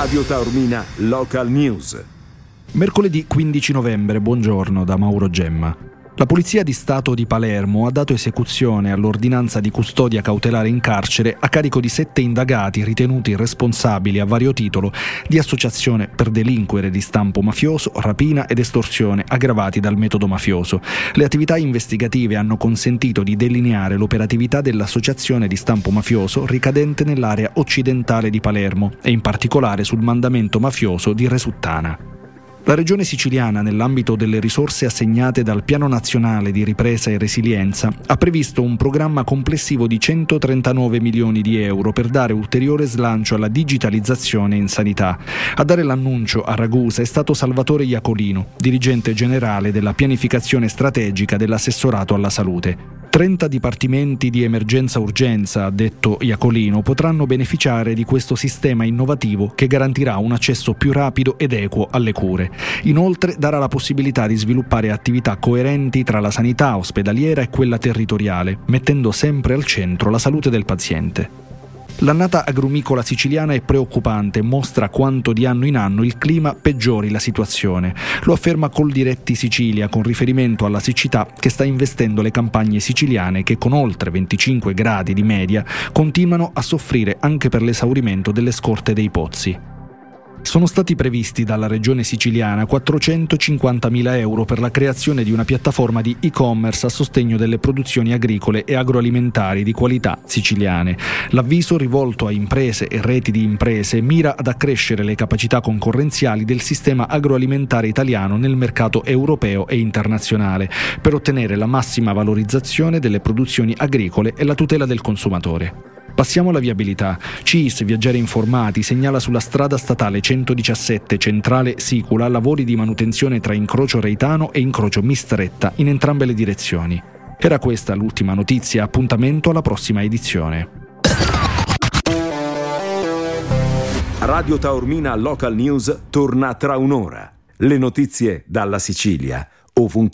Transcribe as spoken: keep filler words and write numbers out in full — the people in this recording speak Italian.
Radio Taormina Local News. Mercoledì quindici novembre, buongiorno da Mauro Gemma. La Polizia di Stato di Palermo ha dato esecuzione all'ordinanza di custodia cautelare in carcere a carico di sette indagati ritenuti responsabili a vario titolo di associazione per delinquere di stampo mafioso, rapina ed estorsione aggravati dal metodo mafioso. Le attività investigative hanno consentito di delineare l'operatività dell'associazione di stampo mafioso ricadente nell'area occidentale di Palermo e in particolare sul mandamento mafioso di Resuttana. La Regione Siciliana, nell'ambito delle risorse assegnate dal Piano Nazionale di Ripresa e Resilienza, ha previsto un programma complessivo di centotrentanove milioni di euro per dare ulteriore slancio alla digitalizzazione in sanità. A dare l'annuncio a Ragusa è stato Salvatore Iacolino, dirigente generale della pianificazione strategica dell'assessorato alla salute. trenta dipartimenti di emergenza-urgenza, ha detto Iacolino, potranno beneficiare di questo sistema innovativo che garantirà un accesso più rapido ed equo alle cure. Inoltre darà la possibilità di sviluppare attività coerenti tra la sanità ospedaliera e quella territoriale, mettendo sempre al centro la salute del paziente. L'annata agrumicola siciliana è preoccupante e mostra quanto di anno in anno il clima peggiori la situazione. Lo afferma Coldiretti Sicilia con riferimento alla siccità che sta investendo le campagne siciliane che con oltre venticinque gradi di media continuano a soffrire anche per l'esaurimento delle scorte dei pozzi. Sono stati previsti dalla Regione Siciliana quattrocentocinquantamila euro per la creazione di una piattaforma di e-commerce a sostegno delle produzioni agricole e agroalimentari di qualità siciliane. L'avviso, rivolto a imprese e reti di imprese, mira ad accrescere le capacità concorrenziali del sistema agroalimentare italiano nel mercato europeo e internazionale, per ottenere la massima valorizzazione delle produzioni agricole e la tutela del consumatore. Passiamo alla viabilità. C I S Viaggiare Informati segnala sulla strada statale centodiciassette Centrale Sicula lavori di manutenzione tra incrocio Reitano e incrocio Mistretta in entrambe le direzioni. Era questa l'ultima notizia, appuntamento alla prossima edizione. Radio Taormina Local News torna tra un'ora. Le notizie dalla Sicilia, ovunque.